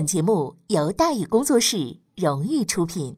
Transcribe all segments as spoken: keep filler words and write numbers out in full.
本节目由大宇工作室荣誉出品。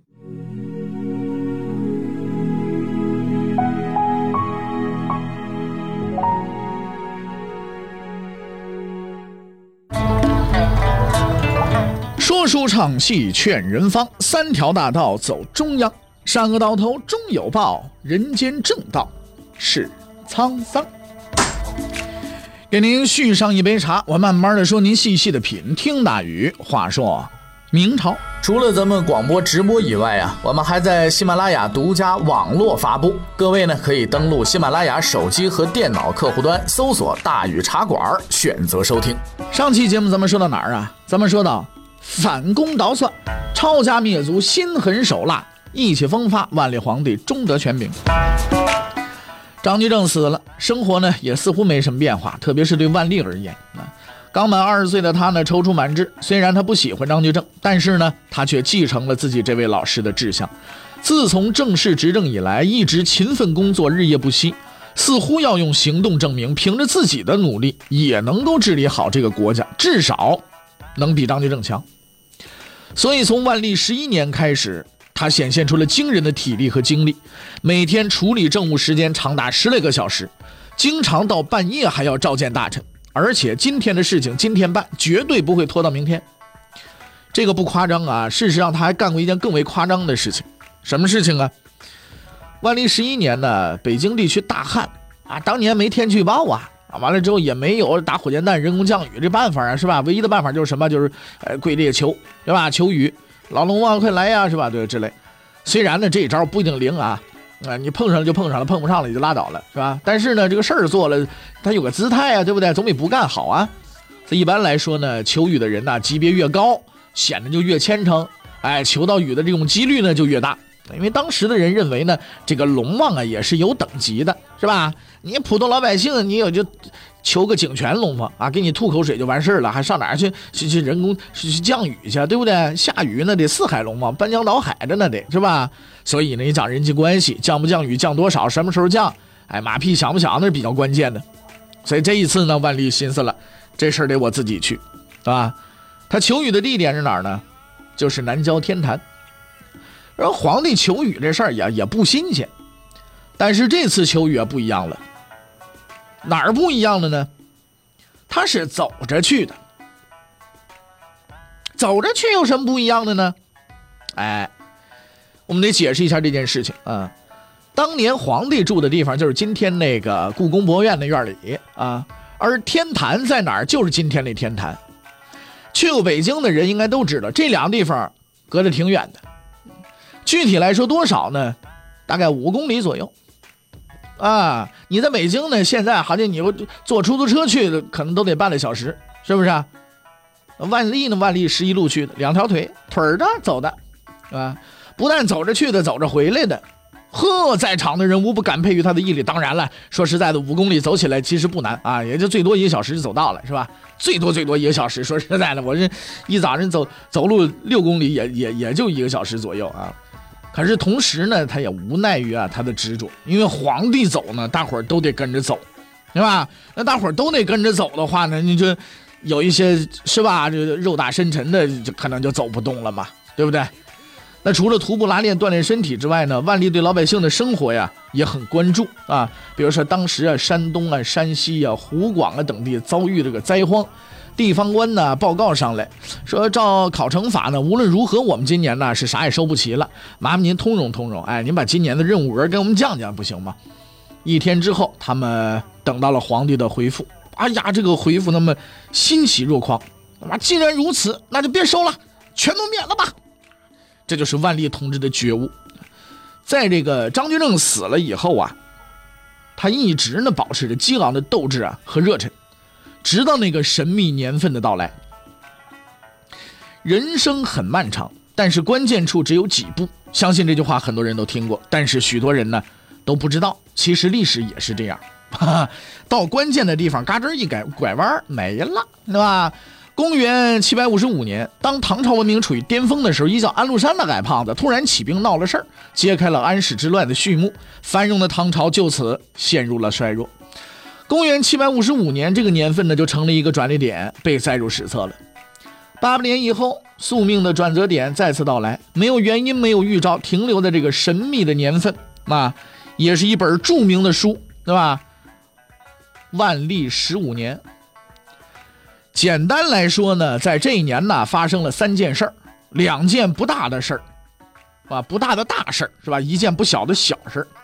说书唱戏劝人方，三条大道走中央，善恶到头终有报，人间正道是沧桑。给您续上一杯茶，我慢慢的说，您细细的品。听大宇话说明朝， 除了咱们广播直播以外啊，我们还在喜马拉雅独家网络发布。各位呢，可以登录喜马拉雅手机和电脑客户端，搜索大宇茶馆，选择收听。 上期节目咱们说到哪儿啊？咱们说到反攻倒算，抄家灭族，心狠手辣，意气风发，万历皇帝终得权柄。张居正死了，生活呢也似乎没什么变化，特别是对万历而言啊，刚满二十岁的他呢踌躇满志。虽然他不喜欢张居正，但是呢他却继承了自己这位老师的志向。自从正式执政以来，一直勤奋工作，日夜不息，似乎要用行动证明，凭着自己的努力也能够治理好这个国家，至少能比张居正强。所以从万历十一年开始，他显现出了惊人的体力和精力，每天处理政务时间长达十来个小时，经常到半夜还要召见大臣，而且今天的事情今天办，绝对不会拖到明天。这个不夸张啊，事实上他还干过一件更为夸张的事情。什么事情啊？万历十一年呢，北京地区大旱啊，当年没天气预报啊，啊完了之后也没有打火箭弹人工降雨这办法啊，是吧？唯一的办法就是什么？就是呃跪地求，对吧？求雨。老龙王快来呀，是吧？对，之类。虽然呢这一招不一定灵啊，啊你碰上了就碰上了，碰不上了也就拉倒了，是吧？但是呢这个事儿做了，他有个姿态啊，对不对？总比不干好啊。所以一般来说呢，求雨的人呢级别越高，显得就越虔诚，哎，求到雨的这种几率呢就越大。因为当时的人认为呢，这个龙王啊也是有等级的，是吧？你普通老百姓，你有就求个井泉龙王啊，给你吐口水就完事了，还上哪儿去去去人工去去降雨去，对不对？下雨那得四海龙王，搬江倒海的那得，是吧？所以呢，你讲人际关系，降不降雨，降多少，什么时候降，哎，马屁响不响，那是比较关键的。所以这一次呢，万历心思了，这事儿得我自己去，啊，他求雨的地点是哪儿呢？就是南郊天坛。而皇帝求雨这事儿也也不新鲜，但是这次求雨啊不一样了。哪儿不一样了呢？他是走着去的。走着去有什么不一样的呢？哎，我们得解释一下这件事情啊。当年皇帝住的地方就是今天那个故宫博物院的院里啊，而天坛在哪儿？就是今天那天坛。去过北京的人应该都知道，这两个地方隔得挺远的。具体来说多少呢？大概五公里左右啊！你在北京呢，现在好像你坐出租车去的，可能都得半个小时，是不是啊？万历呢？万历十一路去的，两条腿腿儿的走的，啊，不但走着去的，走着回来的。呵，在场的人无不感佩于他的毅力。当然了，说实在的，五公里走起来其实不难啊，也就最多一个小时就走到了，是吧？最多最多一个小时。说实在的，我这一早上走走路六公里也也也就一个小时左右啊。可是同时呢，他也无奈于啊他的执着，因为皇帝走呢，大伙儿都得跟着走，对吧？那大伙儿都得跟着走的话呢，你就有一些是吧，这肉大深沉的就可能就走不动了嘛，对不对？那除了徒步拉练锻炼身体之外呢，万历对老百姓的生活呀也很关注啊。比如说当时啊，山东啊、山西啊、湖广啊等地遭遇这个灾荒。地方官呢报告上来说，照考成法呢，无论如何我们今年呢是啥也收不齐了，麻烦您通融通融，哎，您把今年的任务额给我们降降不行吗？一天之后，他们等到了皇帝的回复。哎呀，这个回复那么欣喜若狂，那既然如此，那就别收了，全都免了吧。这就是万历同志的觉悟。在这个张居正死了以后啊，他一直呢保持着激昂的斗志啊和热忱。直到那个神秘年份的到来。人生很漫长，但是关键处只有几步。相信这句话很多人都听过，但是许多人呢都不知道，其实历史也是这样，哈哈，到关键的地方嘎吱一改拐弯没了，对吧？公元七百五十五年，当唐朝文明处于巅峰的时候，一叫安禄山的矮胖子突然起兵闹了事儿，揭开了安史之乱的序幕，繁荣的唐朝就此陷入了衰弱。公元七百五十五年这个年份呢，就成了一个转捩点，被载入史册了。 八百年以后，宿命的转折点再次到来，没有原因，没有预兆，停留在这个神秘的年份啊，也是一本著名的书，对吧？万历十五年。简单来说呢，在这一年呢，发生了三件事儿，两件不大的事儿，啊，不大的大事儿是吧？一件不小的小事儿。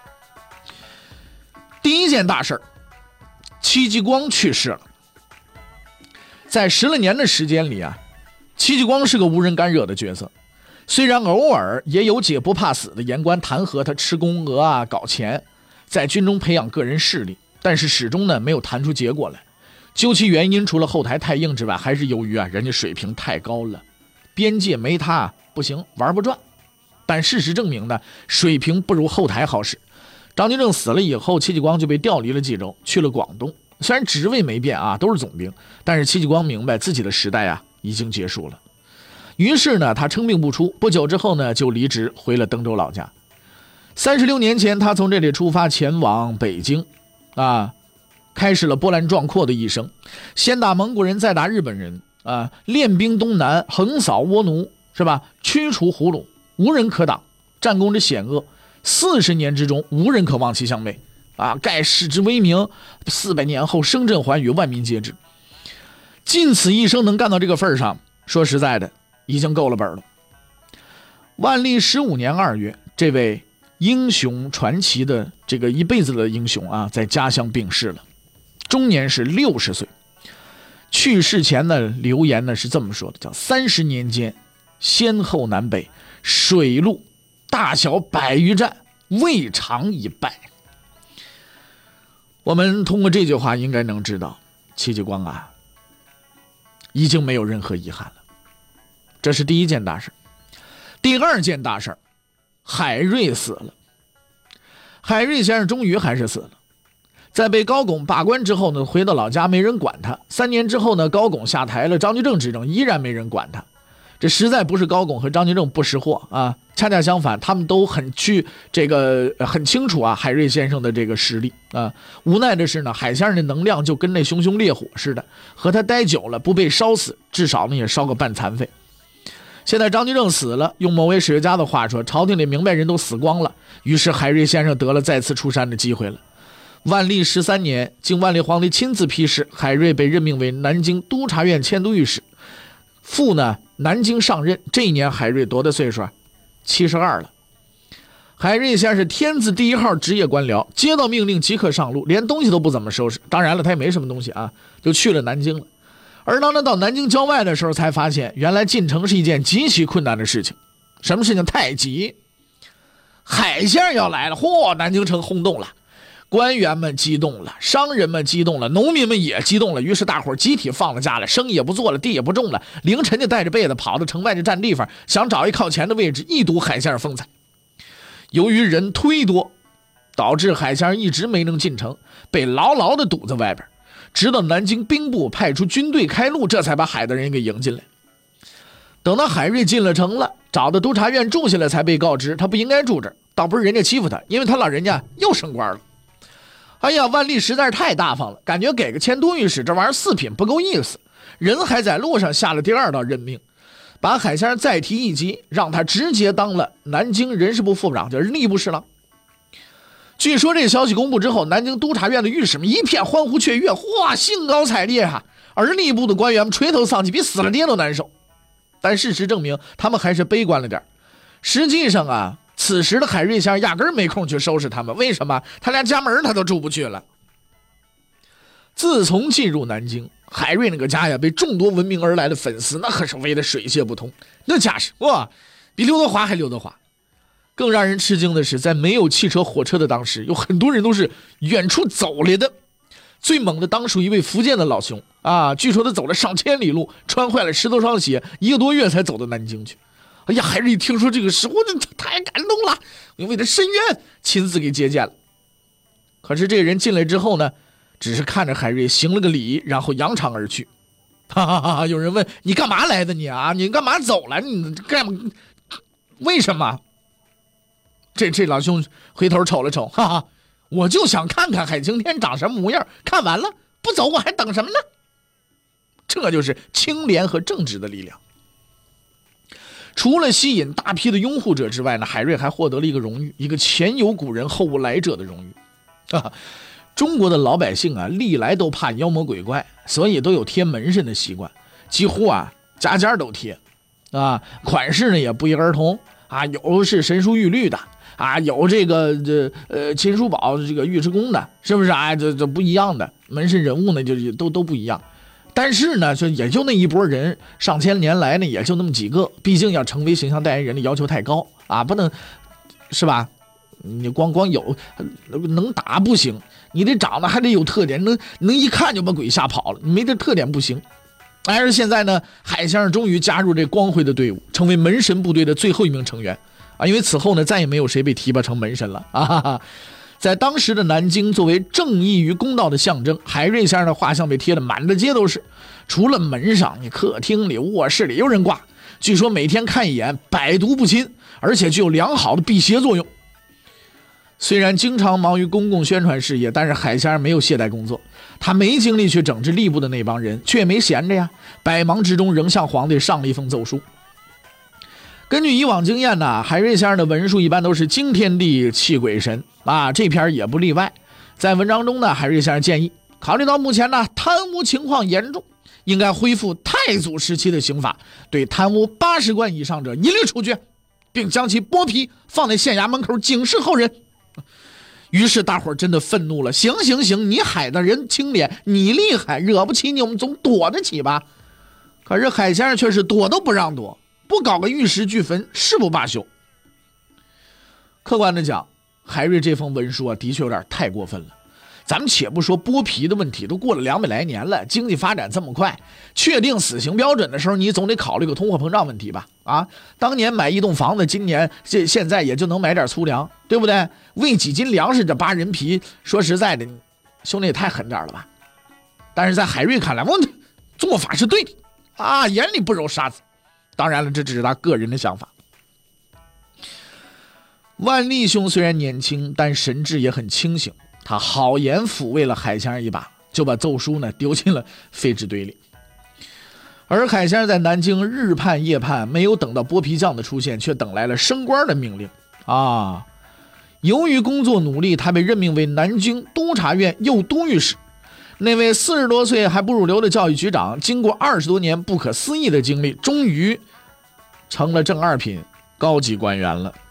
第一件大事儿，戚继光去世了。在十来年的时间里啊，戚继光是个无人干涉的角色，虽然偶尔也有几个不怕死的言官弹劾他吃宫娥啊、搞钱，在军中培养个人势力，但是始终呢没有弹出结果来。究其原因，除了后台太硬之外，还是由于啊人家水平太高了，边界没他不行，玩不转。但事实证明呢，水平不如后台好使。张居正死了以后，戚继光就被调离了冀州，去了广东。虽然职位没变啊，都是总兵，但是戚继光明白自己的时代啊已经结束了。于是呢，他称病不出，不久之后呢就离职回了登州老家。三十六年前，他从这里出发前往北京，啊。开始了波澜壮阔的一生，先打蒙古人，再打日本人啊，练兵东南，横扫倭奴，是吧？驱除胡虏，无人可挡，战功之险恶，四十年之中无人可望其项背啊！盖世之威名，四百年后声震寰宇，万民皆知。尽此一生能干到这个份上，说实在的，已经够了本了。万历十五年二月，这位英雄传奇的这个一辈子的英雄啊，在家乡病逝了。终年是六十岁，去世前的留言呢是这么说的，叫三十年间，先后南北，水陆大小百余战，未尝一败。我们通过这句话应该能知道，戚继光啊，已经没有任何遗憾了。这是第一件大事。第二件大事，海瑞死了。海瑞先生终于还是死了。在被高拱罢官之后呢，回到老家没人管他。三年之后呢，高拱下台了，张居正执政，依然没人管他。这实在不是高拱和张居正不识货啊，恰恰相反，他们都很去这个很清楚啊海瑞先生的这个实力啊。无奈的是呢，海先生的能量就跟那熊熊烈火似的，和他待久了不被烧死，至少呢也烧个半残废。现在张居正死了，用某位史学家的话说，朝廷里明白人都死光了，于是海瑞先生得了再次出山的机会了。万历十三年，经万历皇帝亲自批示，海瑞被任命为南京督察院迁都御史，赴呢南京上任。这一年海瑞多大岁数啊？七十二了。海瑞先是天字第一号职业官僚，接到命令即刻上路，连东西都不怎么收拾。当然了，他也没什么东西啊，就去了南京了。而当他到南京郊外的时候，才发现原来进城是一件极其困难的事情。什么事情？太极。海先生要来了，嚯，南京城轰动了。官员们激动了，商人们激动了，农民们也激动了，于是大伙儿集体放了假了，生意也不做了，地也不种了，凌晨就带着被子跑到城外就占地方，想找一靠前的位置一睹海先生风采。由于人忒多，导致海先生一直没能进城，被牢牢地堵在外边，直到南京兵部派出军队开路，这才把海的人给迎进来。等到海瑞进了城了，找到督察院住下来，才被告知他不应该住这儿，倒不是人家欺负他，因为他老人家又升官了。哎呀，万历实在是太大方了，感觉给个迁都御史这玩意儿四品不够意思，人还在路上下了第二道任命，把海先生再提一级，让他直接当了南京人事部副部长，就是吏部侍郎。据说这消息公布之后，南京督察院的御史们一片欢呼雀跃，哇，兴高采烈啊！而吏部的官员们垂头丧气，比死了爹都难受。但事实证明，他们还是悲观了点。实际上啊，此时的海瑞先生压根没空去收拾他们，为什么？他连家门他都出不去了。自从进入南京，海瑞那个家呀，被众多闻名而来的粉丝那可是围得水泄不通，那架势哇，比刘德华还刘德华。更让人吃惊的是，在没有汽车火车的当时，有很多人都是远处走来的。最猛的当属一位福建的老兄啊，据说他走了上千里路，穿坏了十多双鞋，一个多月才走到南京去。哎呀，海瑞听说这个事，我太感动了，我为他伸冤，亲自给接见了。可是这个人进来之后呢，只是看着海瑞行了个礼，然后扬长而去。哈哈哈！有人问你干嘛来的你啊？你干嘛走了？你干嘛？为什么？这这老兄回头瞅了瞅，哈哈，我就想看看海晴天长什么模样，看完了不走我还等什么呢？这就是清廉和正直的力量。 除了吸引大批的拥护者之外呢，海瑞还获得了一个荣誉，一个前有古人后无来者的荣誉啊。中国的老百姓啊，历来都怕妖魔鬼怪，所以都有贴门神的习惯，几乎啊家家都贴啊，款式呢也不一而同啊，有是神书玉律的啊，有这个这呃秦叔宝这个尉迟恭的，是不是啊？这这不一样的门神人物呢，就都都不一样。但是呢，就也就那一波人，上千年来呢，也就那么几个。毕竟要成为形象代言人的要求太高啊，不能是吧？你光光有能打不行，你得长得还得有特点，能能一看就把鬼吓跑了，你没这特点不行。但是现在呢，海先生终于加入这光辉的队伍，成为门神部队的最后一名成员啊！因为此后呢，再也没有谁被提拔成门神了啊哈哈！在当时的南京，作为正义与公道的象征，海瑞先生的画像被贴得满大街都是。除了门上，你客厅里、卧室里有人挂，据说每天看一眼，百毒不侵，而且具有良好的辟邪作用。虽然经常忙于公共宣传事业，但是海先生没有懈怠工作，他没精力去整治吏部的那帮人，却没闲着呀，百忙之中仍向皇帝上了一封奏书。根据以往经验呢，海瑞先生的文书一般都是惊天地泣鬼神啊，这篇也不例外。在文章中呢，海瑞先生建议，考虑到目前呢贪污情况严重，应该恢复太祖时期的刑法，对贪污八十贯以上者一律处决，并将其剥皮放在县衙门口警示后人。于是大伙真的愤怒了，行行行，你海的人清廉，你厉害，惹不起你，我们总躲得起吧。可是海先生却是躲都不让躲，不搞个玉石俱焚，誓不罢休。客观的讲，海瑞这封文书啊，的确有点太过分了。咱们且不说剥皮的问题，都过了两百来年了，经济发展这么快，确定死刑标准的时候，你总得考虑个通货膨胀问题吧？啊，当年买一栋房子，今年这现在也就能买点粗粮，对不对？为几斤粮食这扒人皮，说实在的，兄弟也太狠点了吧？但是在海瑞看来，我做法是对的啊，眼里不揉沙子。当然了，这只是他个人的想法。万历兄虽然年轻，但神智也很清醒。他好言抚慰了海先生一把，就把奏书呢丢进了废纸堆里。而海先生在南京日盼夜盼，没有等到剥皮匠的出现，却等来了升官的命令啊！由于工作努力，他被任命为南京督察院右都御史。那位四十多岁还不入流的教育局长，经过二十多年不可思议的经历，终于成了正二品高级官员了。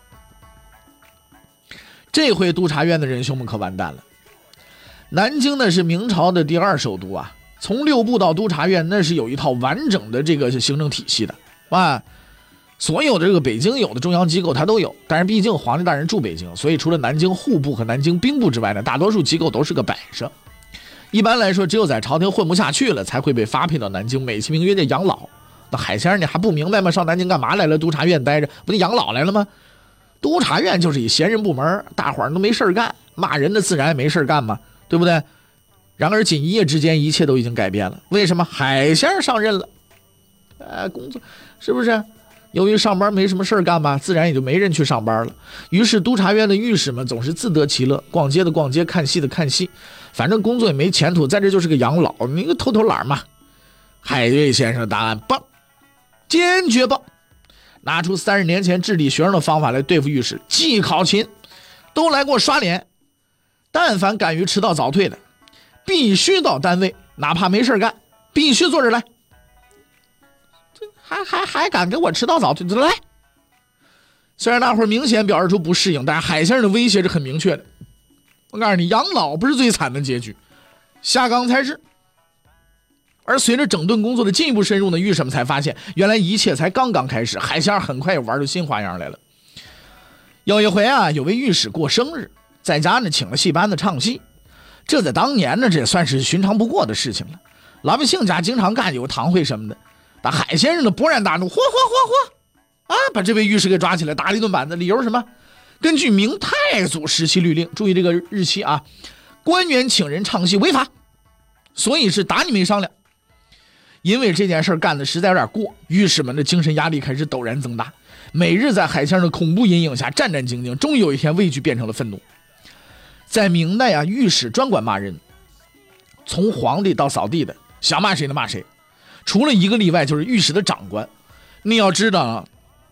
这回督察院的人兄们可完蛋了。南京呢是明朝的第二首都啊，从六部到督察院那是有一套完整的这个行政体系的啊。所有的这个北京有的中央机构它都有，但是毕竟皇帝大人住北京，所以除了南京户部和南京兵部之外呢，大多数机构都是个摆设。一般来说，只有在朝廷混不下去了，才会被发配到南京，美其名曰的养老。那海先生你还不明白吗？上南京干嘛来了？督察院待着，不就养老来了吗？督察院就是以闲人部门，大伙儿都没事干，骂人的自然也没事干嘛，对不对？然而仅一夜之间，一切都已经改变了。为什么？海先生上任了，呃，工作是不是？由于上班没什么事干吧，自然也就没人去上班了。于是督察院的御史们总是自得其乐，逛街的逛街，看戏的看戏，反正工作也没前途，在这就是个养老，你个偷偷懒嘛。海瑞先生的答案棒，坚决棒，拿出三十年前治理学生的方法来对付御史，既考勤，都来给我刷脸。但凡敢于迟到早退的，必须到单位，哪怕没事干，必须坐着来。还还还敢给我迟到早退，来！虽然大伙儿明显表示出不适应，但是海先生的威胁是很明确的。我告诉你，养老不是最惨的结局，下岗才是。而随着整顿工作的进一步深入呢，御史们才发现，原来一切才刚刚开始。海先生很快也玩出新花样来了。有一回啊，有位御史过生日，在家呢请了戏班子唱戏。这在当年呢，这也算是寻常不过的事情了。老百姓家经常干，有堂会什么的。但海先生的勃然大怒，嚯嚯嚯嚯啊！把这位御史给抓起来，打了一顿板子。理由是什么？根据明太祖时期律令，注意这个日期啊，官员请人唱戏违法，所以是打你没商量。因为这件事干的实在有点过，御史们的精神压力开始陡然增大，每日在海先生的恐怖阴影下战战兢兢，终于有一天畏惧变成了愤怒。在明代啊，御史专管骂人，从皇帝到扫地的，想骂谁的骂谁。除了一个例外，就是御史的长官。你要知道啊，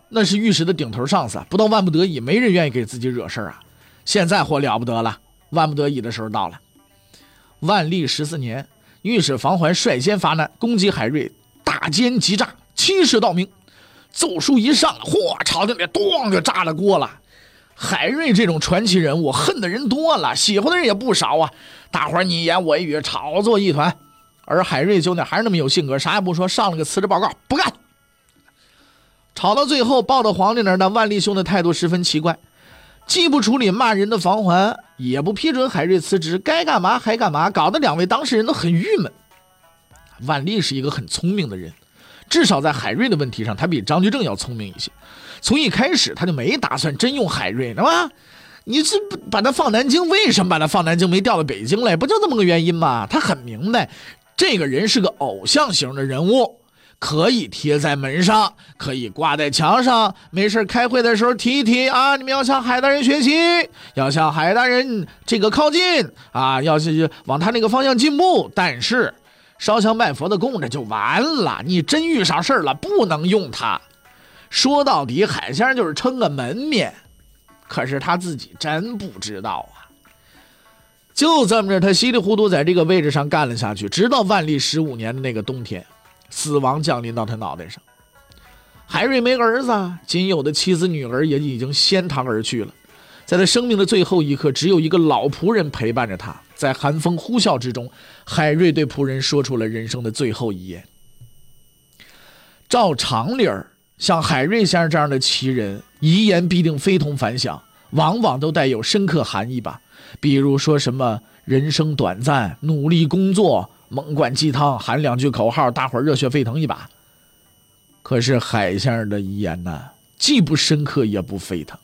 那是御史的顶头上司，不到万不得已，没人愿意给自己惹事啊。现在或了不得了，万不得已的时候到了。万历十四年，御史房桓率先发难，攻击海瑞，大奸急诈，欺世盗名。奏书一上，嚯，朝廷里咣就炸了锅了。海瑞这种传奇人物，恨的人多了，喜欢的人也不少啊。大伙儿你一言我一语，吵作一团。而海瑞兄弟还是那么有性格，啥也不说，上了个辞职报告，不干。吵到最后，报到皇帝那儿的万历兄的态度十分奇怪，既不处理骂人的房桓，也不批准海瑞辞职，该干嘛还干嘛，搞得两位当事人都很郁闷。万历是一个很聪明的人，至少在海瑞的问题上，他比张居正要聪明一些。从一开始他就没打算真用海瑞，对吧？你是把他放南京，为什么把他放南京没调到北京来？不就这么个原因吗？他很明白，这个人是个偶像型的人物，可以贴在门上，可以挂在墙上，没事开会的时候提一提啊，你们要向海大人学习，要向海大人这个靠近啊，要是往他那个方向进步。但是烧香拜佛的供着就完了，你真遇上事儿了，不能用它。说到底，海先生就是撑个门面，可是他自己真不知道啊。就这么着，他稀里糊涂在这个位置上干了下去，直到万历十五年的那个冬天，死亡降临到他脑袋上。海瑞没儿子，仅有的妻子女儿也已经先他而去了。在他生命的最后一刻，只有一个老仆人陪伴着他。在寒风呼啸之中，海瑞对仆人说出了人生的最后一言。照常理儿，像海瑞先生这样的奇人，遗言必定非同凡响，往往都带有深刻含义吧。比如说什么人生短暂，努力工作，猛灌鸡汤，喊两句口号，大伙儿热血沸腾一把。可是海先生的遗言呢，既不深刻也不沸腾，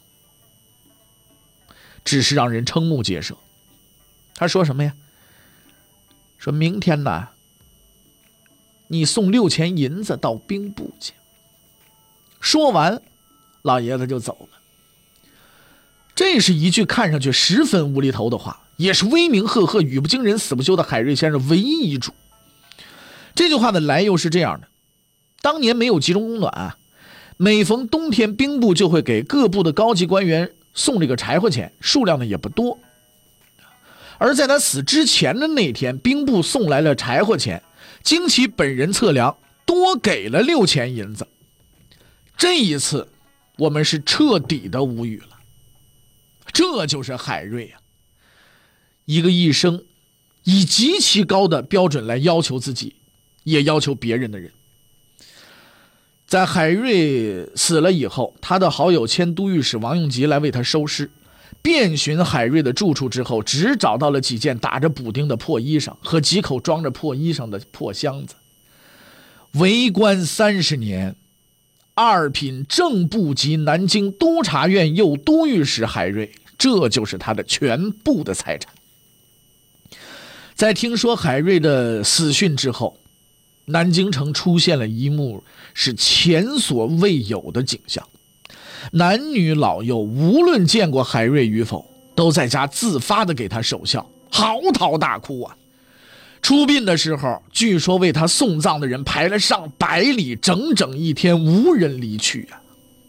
只是让人瞠目结舌。他说什么呀？说明天呢，你送六钱银子到兵部去。说完，老爷子就走了。这是一句看上去十分无厘头的话，也是威名赫赫、语不惊人死不休的海瑞先生唯一遗嘱。这句话的来由是这样的：当年没有集中供暖啊，每逢冬天，兵部就会给各部的高级官员送这个柴火钱，数量呢也不多。而在他死之前的那天，兵部送来了柴火钱，经其本人测量，多给了六钱银子。这一次，我们是彻底的无语了。这就是海瑞啊，一个一生以极其高的标准来要求自己，也要求别人的人。在海瑞死了以后，他的好友迁都御史王用吉来为他收尸。遍寻海瑞的住处之后，只找到了几件打着补丁的破衣裳和几口装着破衣裳的破箱子。为官三十年，二品正部级南京督察院右都御史海瑞，这就是他的全部的财产。在听说海瑞的死讯之后，南京城出现了一幕是前所未有的景象。男女老幼无论见过海瑞与否，都在家自发的给他守孝，嚎啕大哭啊！出殡的时候，据说为他送葬的人排了上百里，整整一天无人离去啊！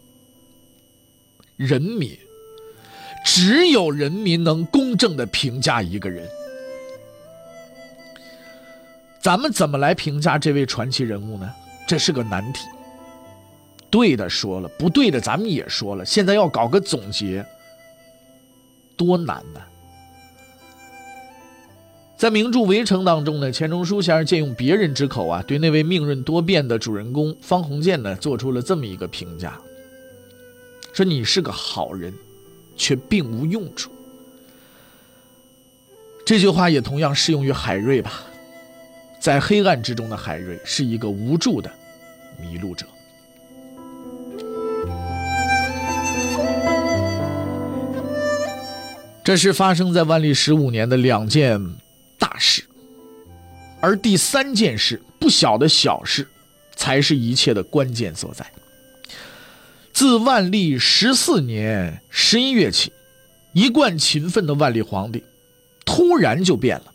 人民，只有人民能公正的评价一个人。咱们怎么来评价这位传奇人物呢？这是个难题。对的说了，不对的咱们也说了，现在要搞个总结，多难呢？在名著《围城》当中呢，钱钟书先生借用别人之口啊，对那位命运多变的主人公方鸿渐呢，做出了这么一个评价，说你是个好人，却并无用处。这句话也同样适用于海瑞吧。在黑暗之中的海瑞是一个无助的迷路者。这是发生在万历十五年的两件大事，而第三件事，不小的小事，才是一切的关键所在。自万历十四年十一月起，一贯勤奋的万历皇帝突然就变了。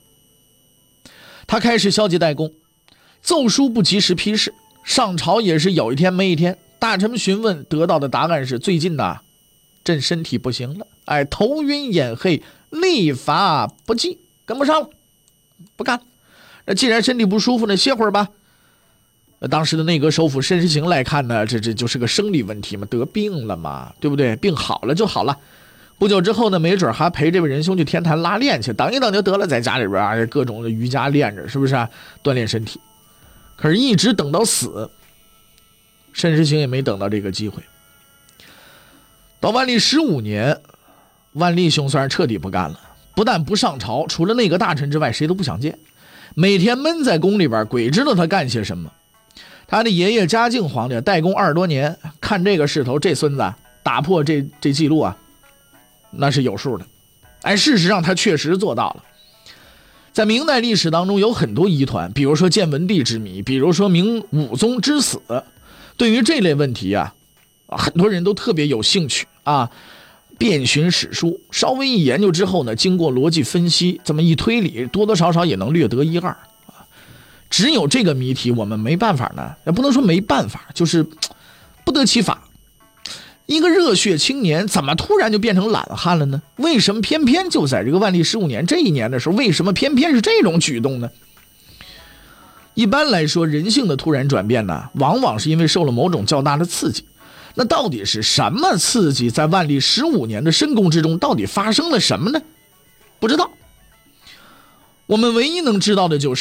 他开始消极怠工，奏书不及时批示，上朝也是有一天没一天， 大臣询问得到的答案是：最近呐，朕身体不行了，哎，头晕眼黑，力乏不济，跟不上了，不干了。那既然身体不舒服呢，歇会儿吧。当时的内阁首辅申时行来看呢，这这就是个生理问题嘛，得病了嘛，对不对？病好了就好了。不久之后呢，没准还陪这位仁兄去天坛拉练去，等一等就得了，在家里边啊各种的瑜伽练着，是不是啊？锻炼身体。可是，一直等到死，申时行也没等到这个机会。到万历十五年，万历兄算是彻底不干了，不但不上朝，除了内阁大臣之外，谁都不想见，每天闷在宫里边，鬼知道他干些什么。他的爷爷嘉靖皇帝代宫二十多年，看这个势头，这孙子打破这这记录啊，那是有数的。哎，事实上他确实做到了。在明代历史当中有很多疑团，比如说建文帝之谜，比如说明武宗之死。对于这类问题啊，很多人都特别有兴趣啊。遍寻史书，稍微一研究之后呢，经过逻辑分析，这么一推理，多多少少也能略得一二。只有这个谜题我们没办法呢，也不能说没办法，就是不得其法。一个热血青年怎么突然就变成懒汉了呢？为什么偏偏就在这个万历十五年这一年的时候，为什么偏偏是这种举动呢？一般来说，人性的突然转变呢，往往是因为受了某种较大的刺激。那到底是什么刺激？在万历十五年的深宫之中，到底发生了什么呢？不知道。我们唯一能知道的就是，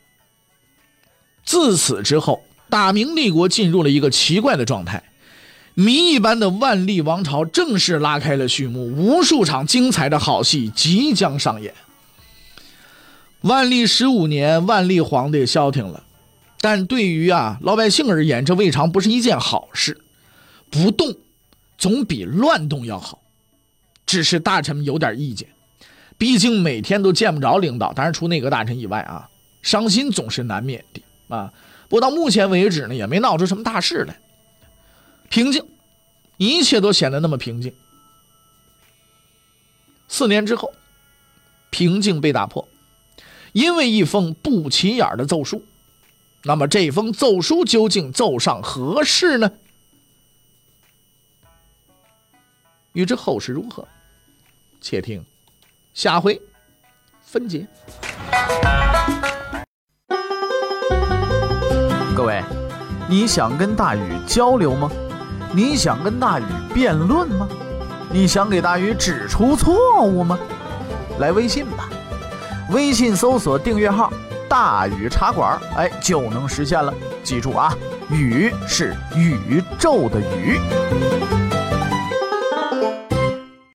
自此之后，大明帝国进入了一个奇怪的状态。谜一般的万历王朝正式拉开了序幕，无数场精彩的好戏即将上演。万历十五年，万历皇帝消停了，但对于啊老百姓而言，这未尝不是一件好事。不动总比乱动要好，只是大臣们有点意见，毕竟每天都见不着领导，当然除内阁大臣以外啊，伤心总是难免的啊。不过到目前为止呢，也没闹出什么大事来。平静，一切都显得那么平静。四年之后，平静被打破，因为一封不起眼的奏书。那么这封奏书究竟奏上何事呢？欲知后事如何，且听下回分解。 各位，你想跟大禹交流吗？你想跟大禹辩论吗？你想给大禹指出错误吗？来微信吧，微信搜索订阅号大禹茶馆，哎，就能实现了。记住啊，禹是宇宙的宇。